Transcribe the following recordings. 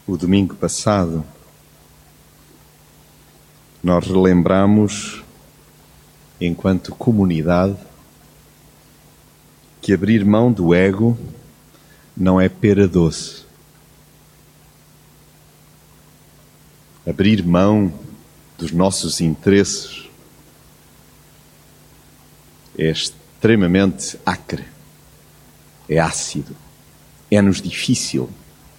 O domingo passado, nós relembramos, enquanto comunidade, que abrir mão do ego não é pera doce. Abrir mão dos nossos interesses é extremamente acre, é ácido, é-nos difícil.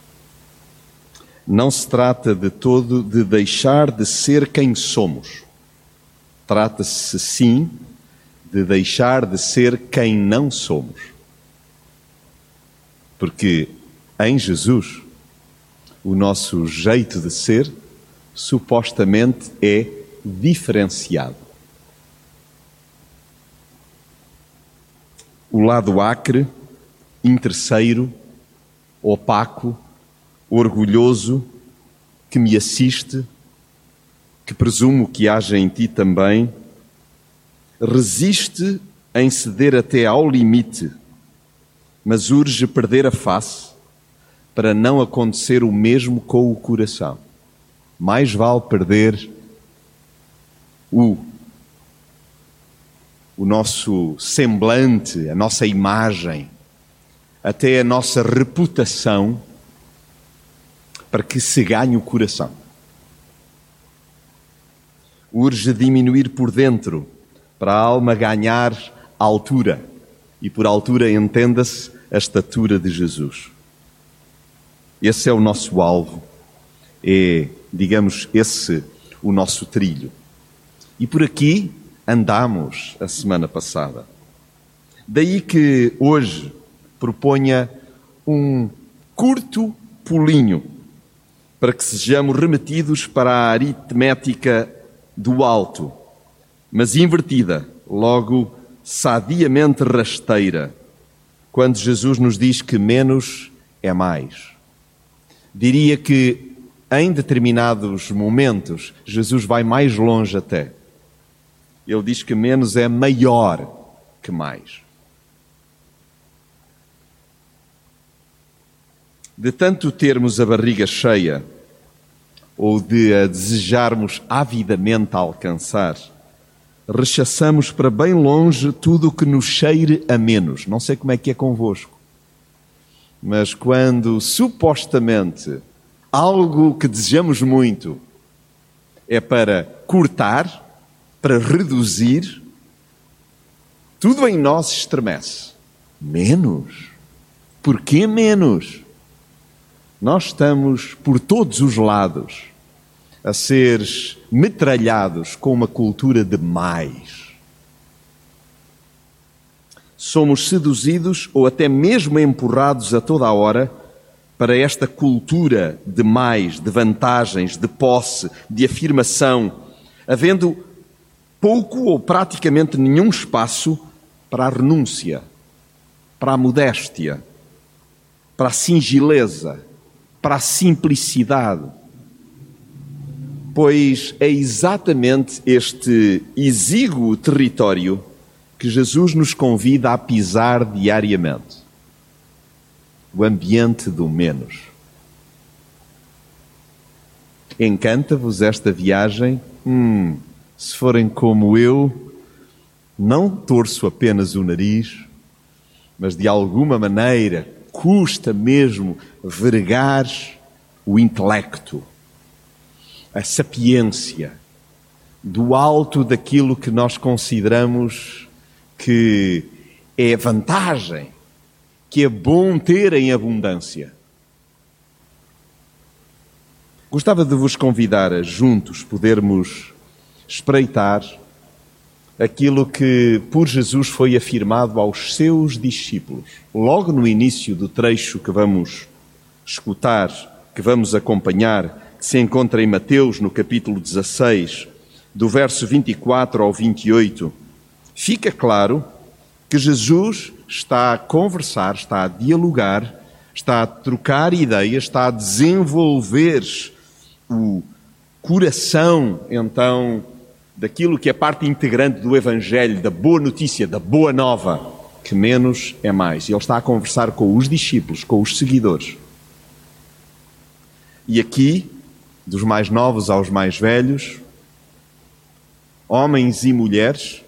Não se trata de todo de deixar de ser quem somos. Trata-se, sim, de deixar de ser quem não somos. Porque em Jesus, o nosso jeito de ser, supostamente, é diferenciado. O lado acre, interesseiro, opaco, orgulhoso, que me assiste, que presumo que haja em ti também, resiste em ceder até ao limite, mas urge perder a face para não acontecer o mesmo com o coração. Mais vale perder o nosso semblante, a nossa imagem, até a nossa reputação, para que se ganhe o coração. Urge diminuir por dentro, para a alma ganhar altura. E por altura entenda-se a estatura de Jesus. Esse é o nosso alvo. É, digamos, esse o nosso trilho. E por aqui andamos a semana passada. Daí que hoje proponha um curto pulinho para que sejamos remetidos para a aritmética do alto, mas invertida, logo sadiamente rasteira, quando Jesus nos diz que menos é mais. Diria que em determinados momentos Jesus vai mais longe até. Ele diz que menos é maior que mais. De tanto termos a barriga cheia, ou de a desejarmos avidamente alcançar, rechaçamos para bem longe tudo o que nos cheire a menos. Não sei como é que é convosco, mas quando supostamente algo que desejamos muito é para cortar, para reduzir, tudo em nós estremece. Menos? Porquê menos? Nós estamos por todos os lados a ser metralhados com uma cultura de mais. Somos seduzidos ou até mesmo empurrados a toda a hora para esta cultura de mais, de vantagens, de posse, de afirmação, havendo pouco ou praticamente nenhum espaço para a renúncia, para a modéstia, para a singeleza, para a simplicidade. Pois é exatamente este exíguo território que Jesus nos convida a pisar diariamente. O ambiente do menos. Encanta-vos esta viagem? Se forem como eu, não torço apenas o nariz, mas de alguma maneira custa mesmo vergar o intelecto, a sapiência, do alto daquilo que nós consideramos que é vantagem, que é bom ter em abundância. Gostava de vos convidar a juntos podermos espreitar aquilo que por Jesus foi afirmado aos seus discípulos. Logo no início do trecho que vamos escutar, que vamos acompanhar, que se encontra em Mateus, no capítulo 16, do verso 24 ao 28, fica claro que Jesus está a conversar, está a dialogar, está a trocar ideias, está a desenvolver o coração, então, daquilo que é parte integrante do Evangelho, da boa notícia, da boa nova, que menos é mais. E ele está a conversar com os discípulos, com os seguidores. E aqui, dos mais novos aos mais velhos, homens e mulheres,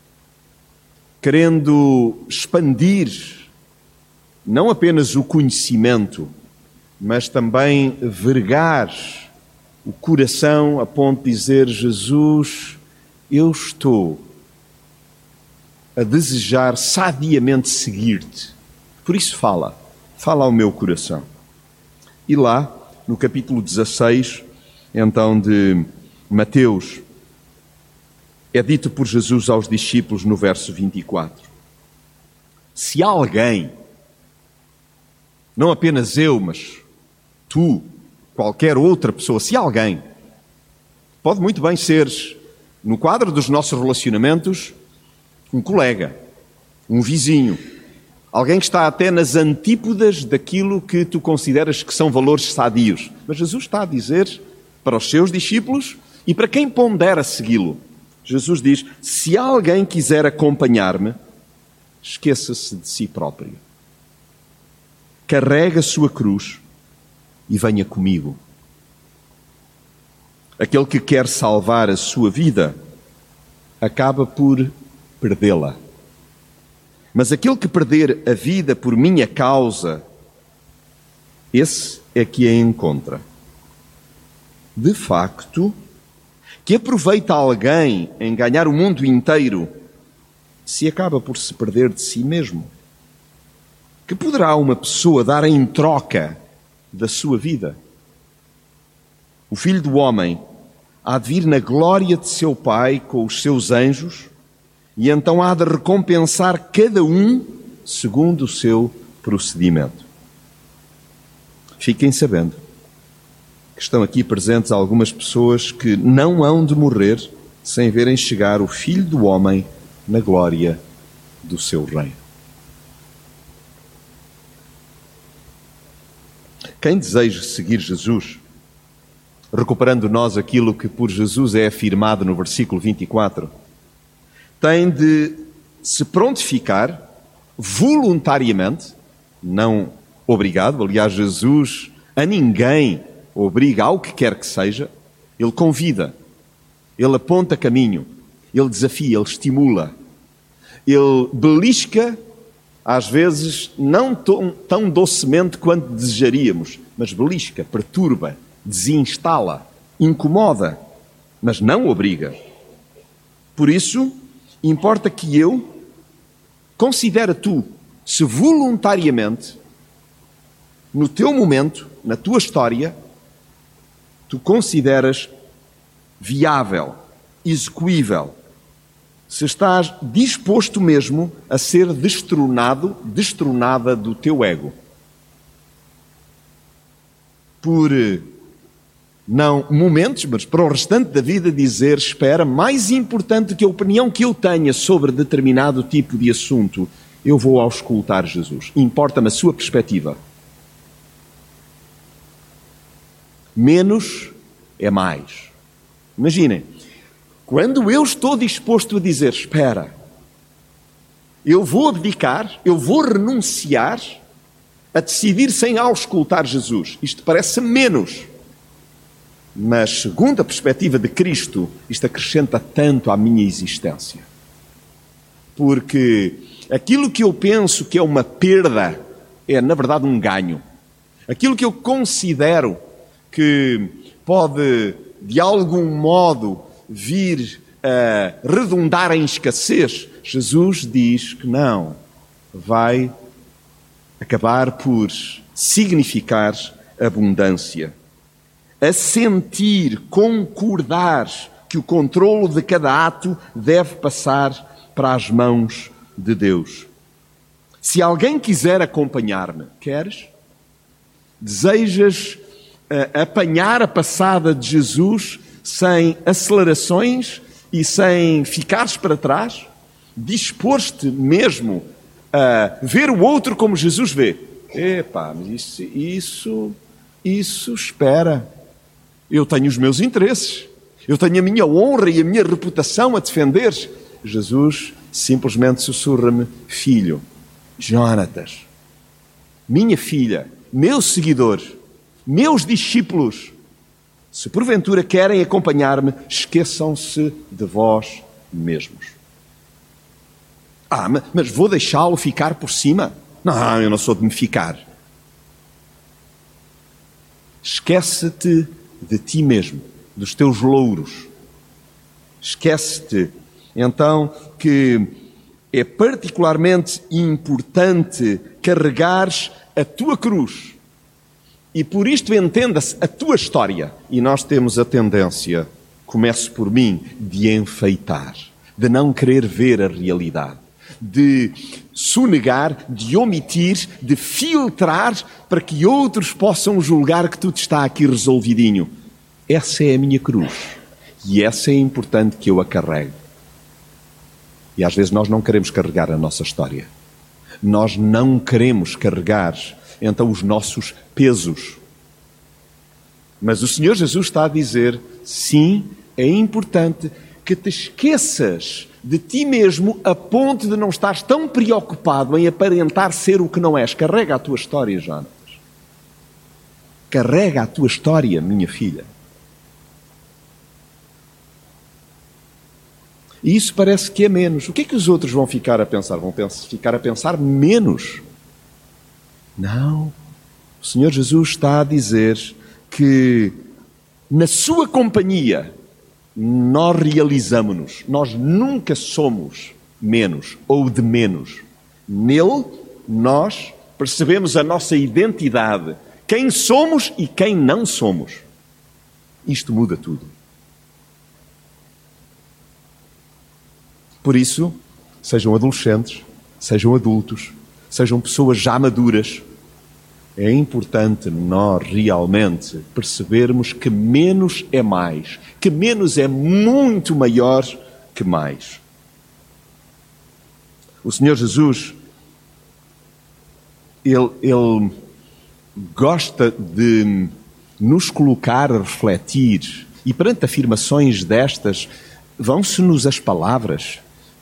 querendo expandir não apenas o conhecimento, mas também vergar o coração a ponto de dizer: Jesus, eu estou a desejar sadiamente seguir-te. Por isso fala ao meu coração. E lá, no capítulo 16, então, de Mateus, é dito por Jesus aos discípulos no verso 24: se alguém, não apenas eu, mas tu, qualquer outra pessoa, se alguém, pode muito bem ser, no quadro dos nossos relacionamentos, um colega, um vizinho, alguém que está até nas antípodas daquilo que tu consideras que são valores sadios. Mas Jesus está a dizer para os seus discípulos e para quem pondera segui-lo. Jesus diz: se alguém quiser acompanhar-me, esqueça-se de si próprio. Carregue a sua cruz e venha comigo. Aquele que quer salvar a sua vida acaba por perdê-la. Mas aquele que perder a vida por minha causa, esse é que a encontra. De facto, que aproveita alguém em ganhar o mundo inteiro se acaba por se perder de si mesmo? Que poderá uma pessoa dar em troca da sua vida? O Filho do Homem há de vir na glória de seu Pai com os seus anjos e então há de recompensar cada um segundo o seu procedimento. Fiquem sabendo que estão aqui presentes algumas pessoas que não hão de morrer sem verem chegar o Filho do Homem na glória do seu reino. Quem deseja seguir Jesus, recuperando nós aquilo que por Jesus é afirmado no versículo 24, tem de se prontificar voluntariamente, não obrigado. Aliás, Jesus a ninguém obriga ao que quer que seja. Ele convida, ele aponta caminho, ele desafia, ele estimula, ele belisca, às vezes não tão docemente quanto desejaríamos, mas belisca, perturba, desinstala, incomoda, mas não obriga. Por isso, importa que considera tu, se voluntariamente, no teu momento, na tua história, tu consideras viável, execuível, se estás disposto mesmo a ser destronada do teu ego. Por não momentos, mas para o restante da vida dizer: espera, mais importante que a opinião que eu tenha sobre determinado tipo de assunto, eu vou auscultar Jesus. Importa-me a sua perspectiva. Menos é mais. Imaginem, quando eu estou disposto a dizer: espera, eu vou abdicar, eu vou renunciar a decidir sem auscultar Jesus. Isto parece menos. Mas, segundo a perspectiva de Cristo, isto acrescenta tanto à minha existência. Porque aquilo que eu penso que é uma perda é, na verdade, um ganho. Aquilo que eu considero que pode, de algum modo, vir a redundar em escassez, Jesus diz que não, vai acabar por significar abundância. A sentir, concordar que o controlo de cada ato deve passar para as mãos de Deus. Se alguém quiser acompanhar-me, queres? Desejas apanhar a passada de Jesus sem acelerações e sem ficares para trás? Dispor-te mesmo a ver o outro como Jesus vê? Epá, mas isso espera. Eu tenho os meus interesses, eu tenho a minha honra e a minha reputação a defender. Jesus simplesmente sussurra-me: filho, Jonatas, minha filha, meu seguidor, Meus discípulos, se porventura querem acompanhar-me, esqueçam-se de vós mesmos. Mas vou deixá-lo ficar por cima? Não, eu não sou de me ficar. Esquece-te de ti mesmo, dos teus louros. Esquece-te, então, que é particularmente importante carregares a tua cruz. E por isto entenda-se a tua história. E nós temos a tendência, comece por mim, de enfeitar, de não querer ver a realidade, de sonegar, de omitir, de filtrar para que outros possam julgar que tudo está aqui resolvidinho. Essa é a minha cruz. E essa é importante que eu a carregue. E às vezes nós não queremos carregar a nossa história. Nós não queremos carregar, então, os nossos pesos. Mas o Senhor Jesus está a dizer, sim, é importante que te esqueças de ti mesmo a ponto de não estares tão preocupado em aparentar ser o que não és. Carrega a tua história, Jonatas. Carrega a tua história, minha filha. E isso parece que é menos. O que é que os outros vão ficar a pensar? Vão ficar a pensar menos. Não. O Senhor Jesus está a dizer que na sua companhia nós realizamos-nos. Nós nunca somos menos ou de menos. Nele nós percebemos a nossa identidade. Quem somos e quem não somos. Isto muda tudo. Por isso, sejam adolescentes, sejam adultos, sejam pessoas já maduras, é importante nós realmente percebermos que menos é mais, que menos é muito maior que mais. O Senhor Jesus, Ele gosta de nos colocar a refletir, e perante afirmações destas, vão-se-nos as palavras.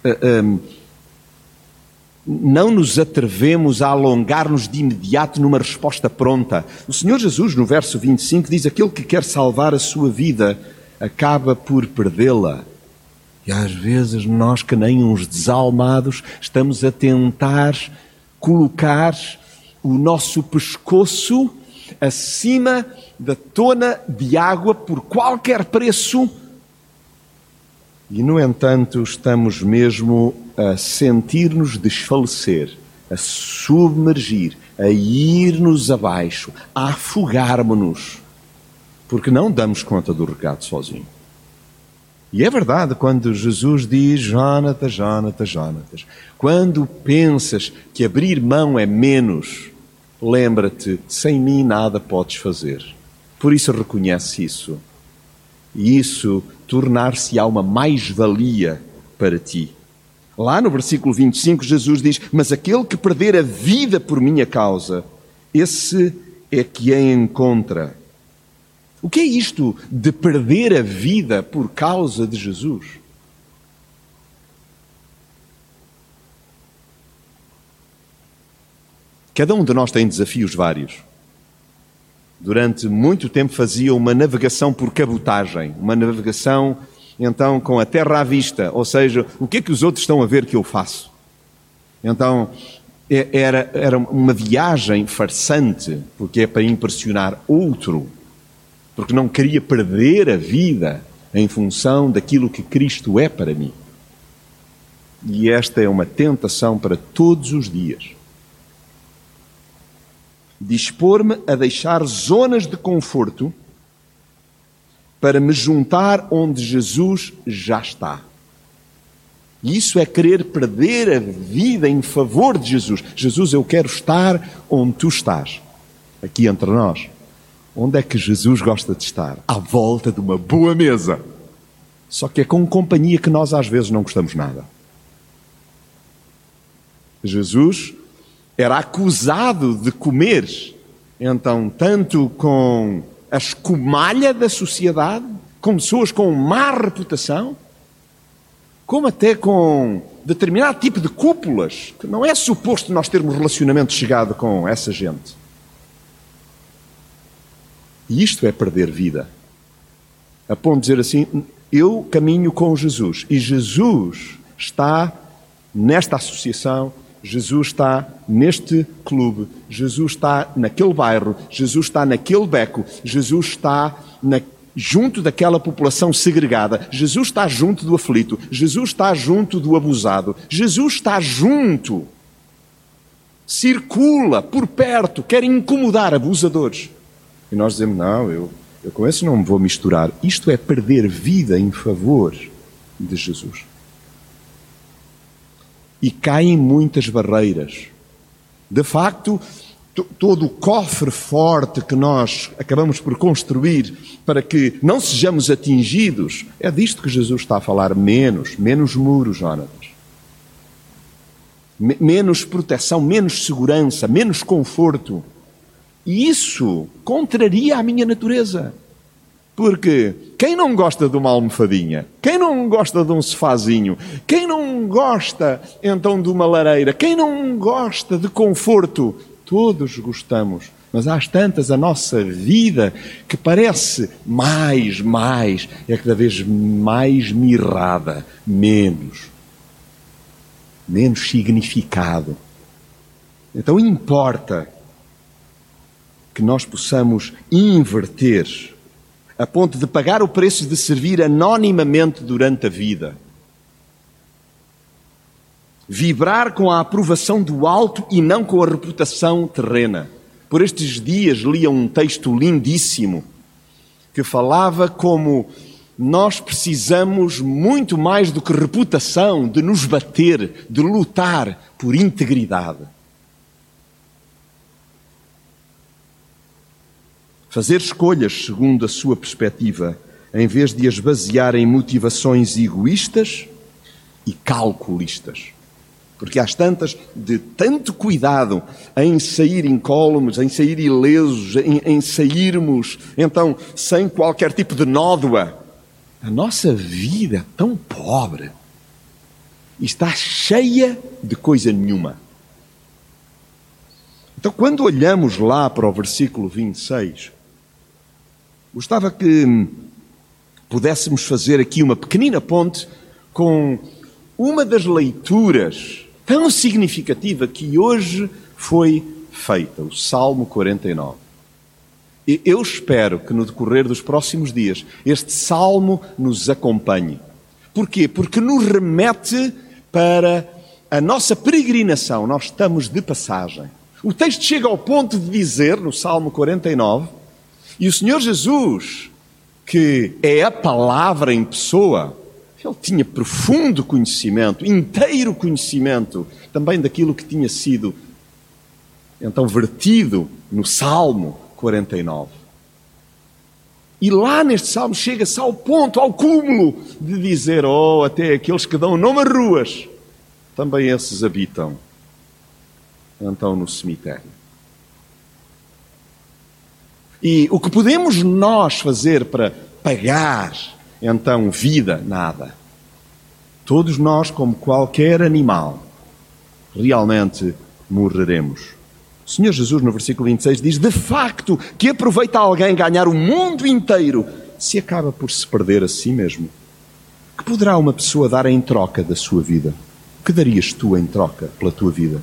Não nos atrevemos a alongar-nos de imediato numa resposta pronta. O Senhor Jesus, no verso 25, diz: aquele que quer salvar a sua vida acaba por perdê-la. E às vezes nós, que nem uns desalmados, estamos a tentar colocar o nosso pescoço acima da tona de água por qualquer preço. E, no entanto, estamos mesmo a sentir-nos desfalecer, a submergir, a ir-nos abaixo, a afogarmos-nos, porque não damos conta do recado sozinho. E é verdade quando Jesus diz: Jonatas, Jonatas, Jonatas, quando pensas que abrir mão é menos, lembra-te, sem mim nada podes fazer. Por isso reconhece isso. E isso tornar-se-á uma mais-valia para ti. Lá no versículo 25, Jesus diz: mas aquele que perder a vida por minha causa, esse é que a encontra. O que é isto de perder a vida por causa de Jesus? Cada um de nós tem desafios vários. Durante muito tempo fazia uma navegação por cabotagem, uma navegação, então, com a terra à vista, ou seja, o que é que os outros estão a ver que eu faço? Então, era uma viagem farsante, porque é para impressionar outro, porque não queria perder a vida em função daquilo que Cristo é para mim. E esta é uma tentação para todos os dias. Dispor-me a deixar zonas de conforto para me juntar onde Jesus já está. E isso é querer perder a vida em favor de Jesus. Jesus, eu quero estar onde tu estás. Aqui entre nós. Onde é que Jesus gosta de estar? À volta de uma boa mesa. Só que é com companhia que nós às vezes não gostamos nada. Jesus era acusado de comer, então, tanto com a escumalha da sociedade, com pessoas com má reputação, como até com determinado tipo de cúpulas, que não é suposto nós termos relacionamento chegado com essa gente. E isto é perder vida. A ponto de dizer assim, eu caminho com Jesus. E Jesus está nesta associação, Jesus está neste clube, Jesus está naquele bairro, Jesus está naquele beco, Jesus está junto daquela população segregada, Jesus está junto do aflito, Jesus está junto do abusado, Jesus está junto, circula por perto, quer incomodar abusadores. E nós dizemos, não, eu com esse não me vou misturar. Isto é perder vida em favor de Jesus. E caem muitas barreiras. De facto, todo o cofre forte que nós acabamos por construir para que não sejamos atingidos, é disto que Jesus está a falar. Menos muros, Jonatas. Menos proteção, menos segurança, menos conforto. E isso contraria a minha natureza. Porque quem não gosta de uma almofadinha? Quem não gosta de um sofazinho? Quem não gosta, então, de uma lareira? Quem não gosta de conforto? Todos gostamos. Mas às tantas, a nossa vida, que parece mais, é cada vez mais mirrada. Menos significado. Então importa que nós possamos inverter a ponto de pagar o preço de servir anonimamente durante a vida. Vibrar com a aprovação do alto e não com a reputação terrena. Por estes dias lia um texto lindíssimo que falava como nós precisamos muito mais do que reputação, de nos bater, de lutar por integridade. Fazer escolhas segundo a sua perspectiva, em vez de as basear em motivações egoístas e calculistas. Porque às tantas, de tanto cuidado em sair incólumes, em sair ilesos, em sairmos, então, sem qualquer tipo de nódoa, a nossa vida é tão pobre e está cheia de coisa nenhuma. Então, quando olhamos lá para o versículo 26, gostava que pudéssemos fazer aqui uma pequenina ponte com uma das leituras tão significativa que hoje foi feita, o Salmo 49. E eu espero que no decorrer dos próximos dias este Salmo nos acompanhe. Porquê? Porque nos remete para a nossa peregrinação. Nós estamos de passagem. O texto chega ao ponto de dizer, no Salmo 49, e o Senhor Jesus, que é a palavra em pessoa, ele tinha profundo conhecimento, inteiro conhecimento, também daquilo que tinha sido, então, vertido no Salmo 49. E lá neste Salmo chega-se ao ponto, ao cúmulo, de dizer, até aqueles que dão nome a ruas, também esses habitam, então, no cemitério. E o que podemos nós fazer para pagar, então, vida? Nada. Todos nós, como qualquer animal, realmente morreremos. O Senhor Jesus, no versículo 26, diz, de facto, que aproveita alguém ganhar o mundo inteiro se acaba por se perder a si mesmo? Que poderá uma pessoa dar em troca da sua vida? O que darias tu em troca pela tua vida?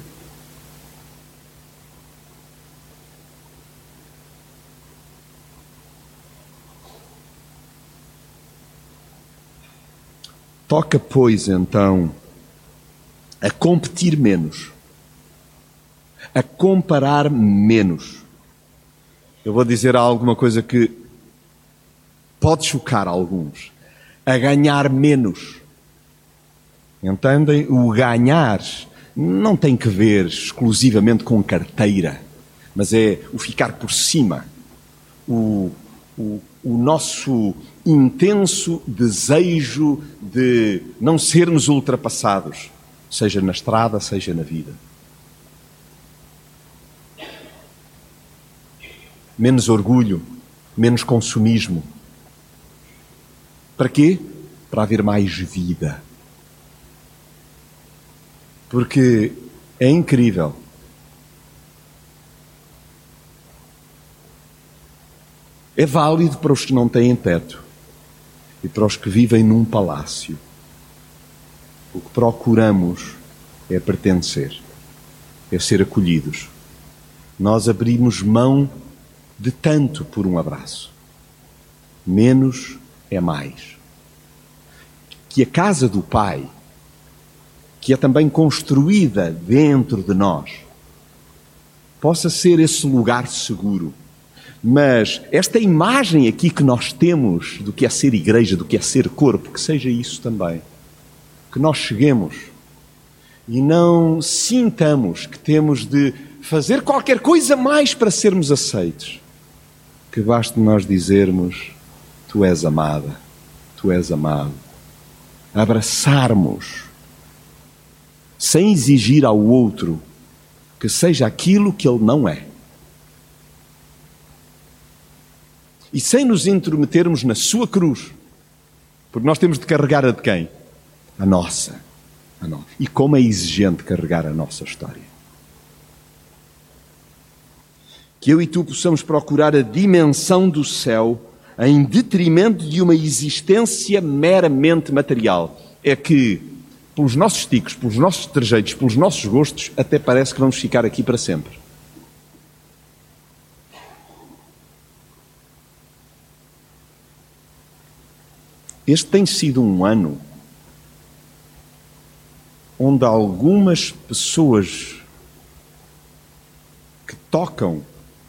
Toca, pois, então, a competir menos, a comparar menos. Eu vou dizer alguma coisa que pode chocar alguns. A ganhar menos. Entendem? O ganhar não tem que ver exclusivamente com carteira, mas é o ficar por cima. O nosso intenso desejo de não sermos ultrapassados, seja na estrada, seja na vida. Menos orgulho, menos consumismo. Para quê? Para haver mais vida. Porque é incrível. É válido para os que não têm teto e para os que vivem num palácio. O que procuramos é pertencer, é ser acolhidos. Nós abrimos mão de tanto por um abraço. Menos é mais. Que a casa do Pai, que é também construída dentro de nós, possa ser esse lugar seguro. Mas esta imagem aqui que nós temos do que é ser igreja, do que é ser corpo, que seja isso também. Que nós cheguemos e não sintamos que temos de fazer qualquer coisa mais para sermos aceitos. Que baste nós dizermos: tu és amada, tu és amado. Abraçarmos, sem exigir ao outro que seja aquilo que ele não é. E sem nos intrometermos na sua cruz, porque nós temos de carregar a de quem? A nossa. A nossa. E como é exigente carregar a nossa história. Que eu e tu possamos procurar a dimensão do céu em detrimento de uma existência meramente material. É que, pelos nossos ticos, pelos nossos trejeitos, pelos nossos gostos, até parece que vamos ficar aqui para sempre. Este tem sido um ano onde algumas pessoas que tocam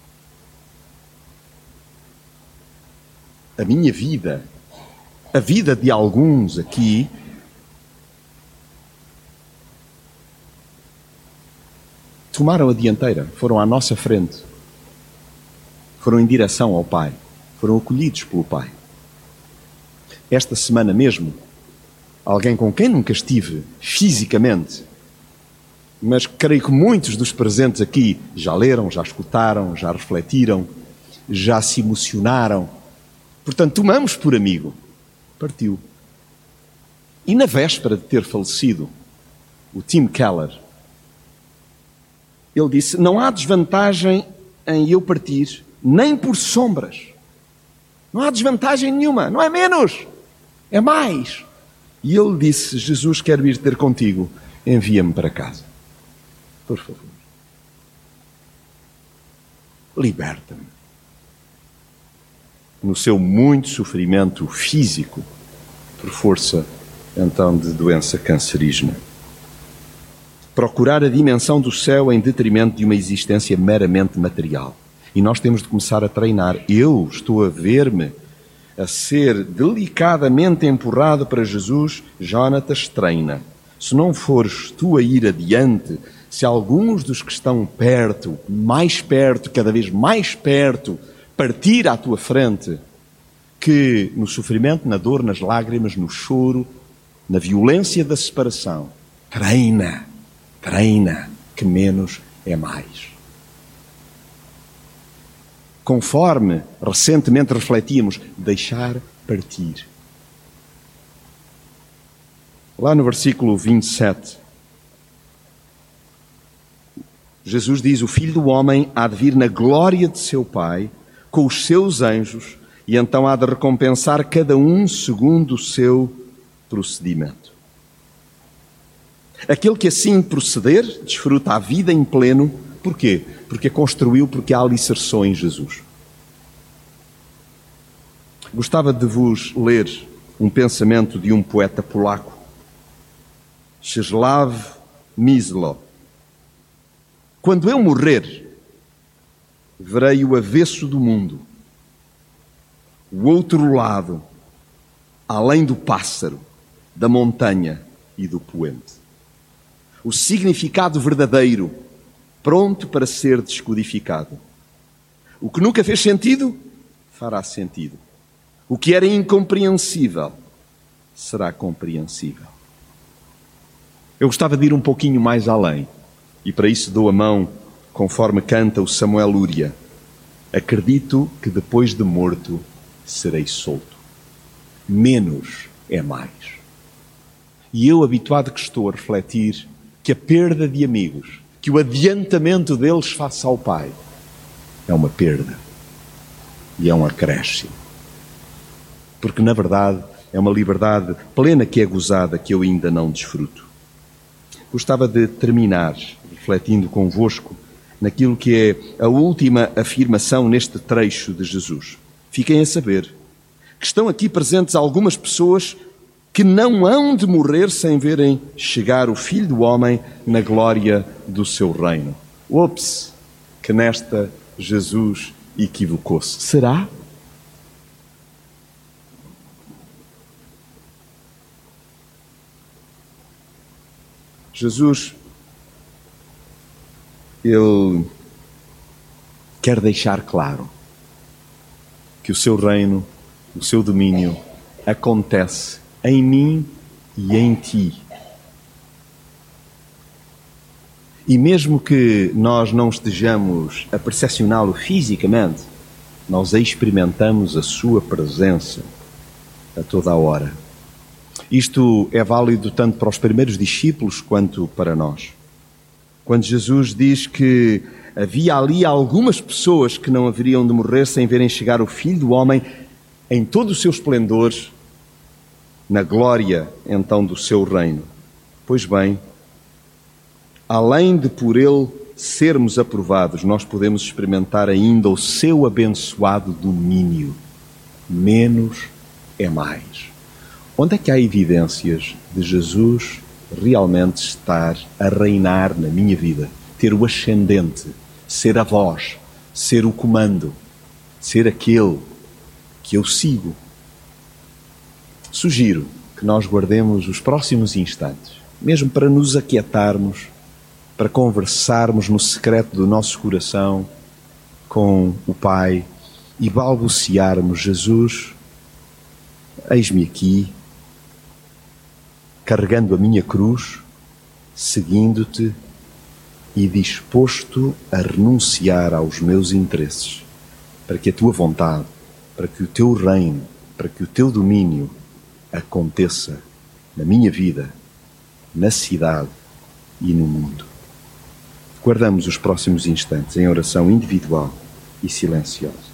a minha vida, a vida de alguns aqui, tomaram a dianteira, foram à nossa frente, foram em direção ao Pai, foram acolhidos pelo Pai. Esta semana mesmo, alguém com quem nunca estive fisicamente, mas creio que muitos dos presentes aqui já leram, já escutaram, já refletiram, já se emocionaram. Portanto, tomamos por amigo. Partiu. E na véspera de ter falecido, o Tim Keller, ele disse: não há desvantagem em eu partir, nem por sombras. Não há desvantagem nenhuma, não é menos, é mais. E ele disse: Jesus quer vir ter contigo, envia-me para casa. Por favor. Liberta-me. No seu muito sofrimento físico, por força, então, de doença cancerígena. Procurar a dimensão do céu em detrimento de uma existência meramente material. E nós temos de começar a treinar. Eu estou a ver-me a ser delicadamente empurrado para Jesus. Jonatas, treina. Se não fores tu a ir adiante, se alguns dos que estão perto, mais perto, cada vez mais perto, partir à tua frente, que no sofrimento, na dor, nas lágrimas, no choro, na violência da separação, treina, que menos é mais. Conforme recentemente refletíamos, deixar partir. Lá no versículo 27, Jesus diz: o Filho do Homem há de vir na glória de seu Pai, com os seus anjos, e então há de recompensar cada um segundo o seu procedimento. Aquele que assim proceder, desfruta a vida em pleno. Porquê? Porque construiu, porque há alicerçou em Jesus. Gostava de vos ler um pensamento de um poeta polaco, Czesław Miłosz. Quando eu morrer, verei o avesso do mundo, o outro lado, além do pássaro, da montanha e do poente. O significado verdadeiro, pronto para ser descodificado. O que nunca fez sentido, fará sentido. O que era incompreensível, será compreensível. Eu gostava de ir um pouquinho mais além, e para isso dou a mão, conforme canta o Samuel Lúria. Acredito que depois de morto serei solto. Menos é mais. E eu, habituado que estou a refletir que a perda de amigos, que o adiantamento deles face ao Pai, é uma perda. e é um acréscimo. Porque, na verdade, é uma liberdade plena que é gozada que eu ainda não desfruto. Gostava de terminar refletindo convosco naquilo que é a última afirmação neste trecho de Jesus. Fiquem a saber que estão aqui presentes algumas pessoas que não hão de morrer sem verem chegar o Filho do Homem na glória do seu reino. Ops, que nesta Jesus equivocou-se. Será? Jesus, ele quer deixar claro que o seu reino, o seu domínio acontece em mim e em ti. E mesmo que nós não estejamos a percepcioná-lo fisicamente, nós experimentamos a sua presença a toda a hora. Isto é válido tanto para os primeiros discípulos quanto para nós. Quando Jesus diz que havia ali algumas pessoas que não haveriam de morrer sem verem chegar o Filho do Homem em todo o seu esplendor, na glória então do seu reino. Pois bem, além de por ele sermos aprovados, nós podemos experimentar ainda o seu abençoado domínio. Menos é mais. Onde é que há evidências de Jesus realmente estar a reinar na minha vida? Ter o ascendente, ser a voz, ser o comando, ser aquele que eu sigo. Sugiro que nós guardemos os próximos instantes, mesmo para nos aquietarmos, para conversarmos no secreto do nosso coração com o Pai e balbuciarmos: Jesus, eis-me aqui, carregando a minha cruz, seguindo-te e disposto a renunciar aos meus interesses, para que a tua vontade, para que o teu reino, para que o teu domínio aconteça na minha vida, na cidade e no mundo. Guardamos os próximos instantes em oração individual e silenciosa.